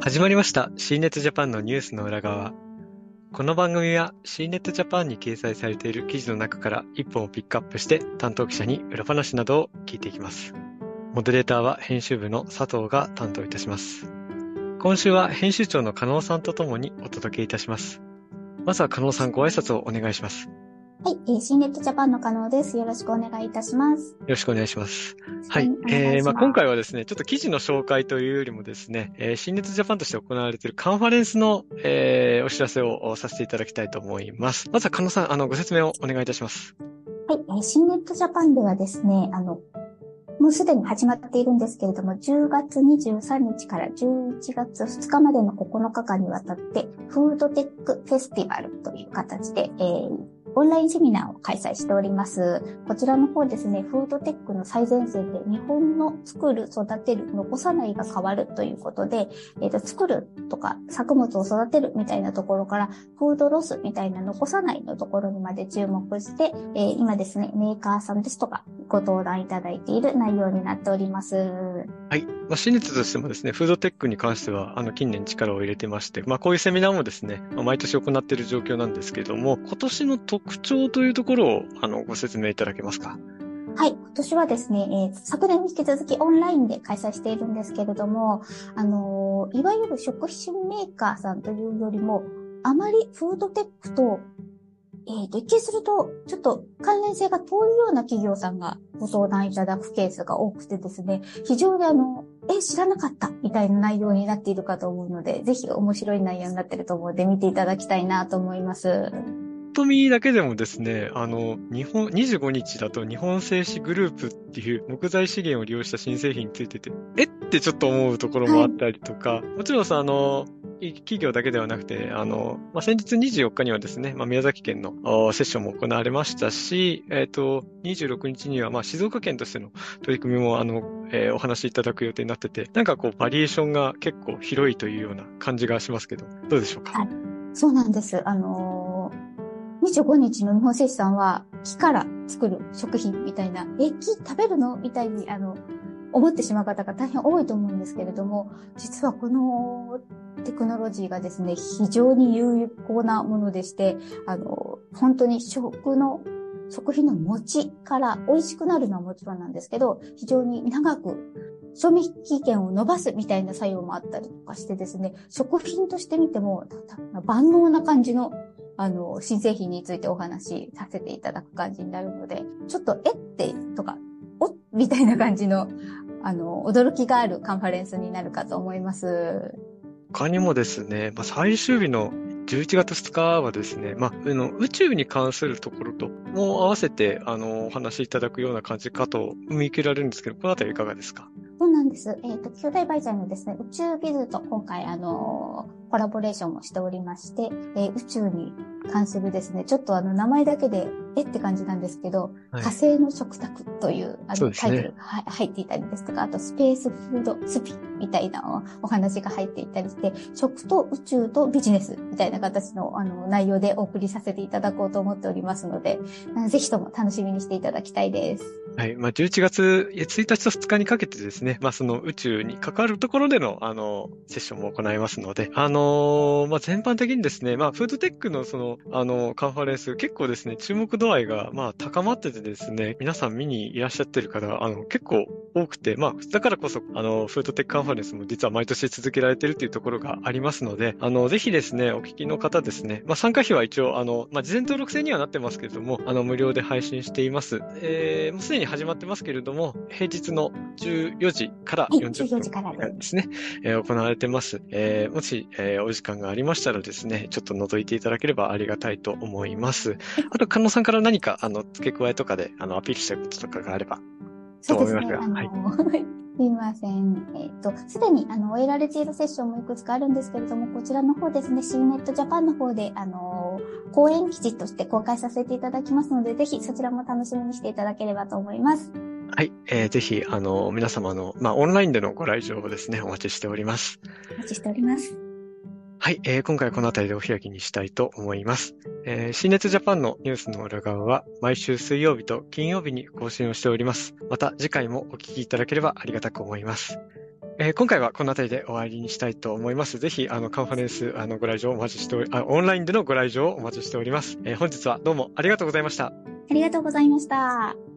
始まりました。CNET Japan のニュースの裏側。この番組は CNET Japan に掲載されている記事の中から一本をピックアップして担当記者に裏話などを聞いていきます。モデレーターは編集部の佐藤が担当いたします。今週は編集長の加納さんとともにお届けいたします。まずは加納さん、ご挨拶をお願いします。 はい、CNET Japan の加納です。よろしくお願いいたします。 よろしくお願いします。はい。 お願いします。 今回はですね、ちょっと記事の紹介というよりもですね、CNET Japan として行われているカンファレンスの、お知らせをさせていただきたいと思います。まずは加納さん、ご説明をお願いいたします。 はい、CNET Japan ではですね、もうすでに始まっているんですけれども、10月23日から11月2日までの9日間にわたって、フードテックフェスティバルという形で、オンラインセミナーを開催しております。こちらの方ですね、フードテックの最前線で日本の作る、育てる、残さないが変わるということで、作るとか作物を育てるみたいなところから、フードロスみたいな残さないのところにまで注目して、今ですね、メーカーさんですとかご登壇いただいている内容になっております。 はい。CNETとしてもですね、フードテックに関しては、近年力を入れてまして、こういうセミナーもですね、毎年行っている状況なんですけれども、今年の特徴というところを、ご説明いただけますか？ はい。今年はですね、昨年に引き続きオンラインで開催しているんですけれども、いわゆる食品メーカーさんというよりも、あまりフードテックと、一見すると、ちょっと関連性が遠いような企業さんがご登壇いただくケースが多くてですね、非常に知らなかったみたいな内容になっているかと思うので、ぜひ面白い内容になっていると思うので見ていただきたいなと思います。 と見だけでもですね、25日だと日本製紙グループっていう木材資源を利用した新製品についてて、ってちょっと思うところもあったりとか、もちろんさ、企業だけではなくて、先日24日にはですね、宮崎県のセッションも行われましたし、26日には、静岡県としての取り組みも、お話しいただく予定になってて、なんかこう、バリエーションが結構広いというような感じがしますけど、どうでしょうか？ はい。そうなんです。25日の日本製紙さんは木から作る食品みたいな、木食べるのみたいに、思ってしまう方が大変多いと思うんですけれども、実はこのテクノロジーがですね、非常に有効なものでして、本当に食品の持ちから美味しくなるのはもちろんなんですけど、非常に長く賞味期限を伸ばすみたいな作用もあったりとかしてですね、食品として見ても万能な感じの新製品についてお話しさせていただく感じになるので、ちょっとってとか、みたいな感じの、驚きがあるカンファレンスになるかと思います。 他にもですね、最終日の11月2日はですね、宇宙に関するところとも合わせて、お話しいただくような感じかと見受けられるんですけど、このあたりいかがですか？ そうなんです。兄弟バイザーのですね、宇宙ビズと今回コラボレーションをしておりまして、宇宙に関するですね、ちょっと名前だけで、って感じなんですけど、 はい、 火星の食卓というタイトルが入っていたりですとか、あとスペースフードスピみたいなお話が入っていたりして、食と宇宙とビジネスみたいな形の内容でお送りさせていただこうと思っておりますので、ぜひとも楽しみにしていただきたいです。 はい。11月1日と2日にかけてですね、その宇宙に関わるところでの、セッションも行いますので、全般的にですね、フードテックのカンファレンス、結構ですね、注目度合いが、高まっててですね、皆さん見にいらっしゃってる方が、結構多くて、だからこそ、フードテックカンファレンスも実は毎年続けられているというところがありますので、ぜひですね、お聞きの方ですね、参加費は一応、事前登録制にはなってますけれども、無料で配信しています。もうすでに始まってますけれども、平日の14時から40分ですね、行われてます。もし、お時間がありましたらですね、ちょっと覗いていただければありがたいと思います。あと、加納さんから何か、付け加えとかで、アピールしたいこととかがあれば、と思いますが。はい。 すいません。すでに、終えられているセッションもいくつかあるんですけれども、こちらの方ですね、CNET Japan の方で、講演記事として公開させていただきますので、ぜひそちらも楽しみにしていただければと思います。 はい。ぜひ、皆様の、オンラインでのご来場をですね、お待ちしております。 お待ちしております。 はい。今回この辺りでお開きにしたいと思います。CNET Japan のニュースの裏側は毎週水曜日と金曜日に更新をしております。また次回もお聞きいただければありがたく思います。 今回はこの辺りで終わりにしたいと思います。ぜひ、カンファレンス、ご来場お待ちしてオンラインでのご来場をお待ちしております。本日はどうもありがとうございました。 ありがとうございました。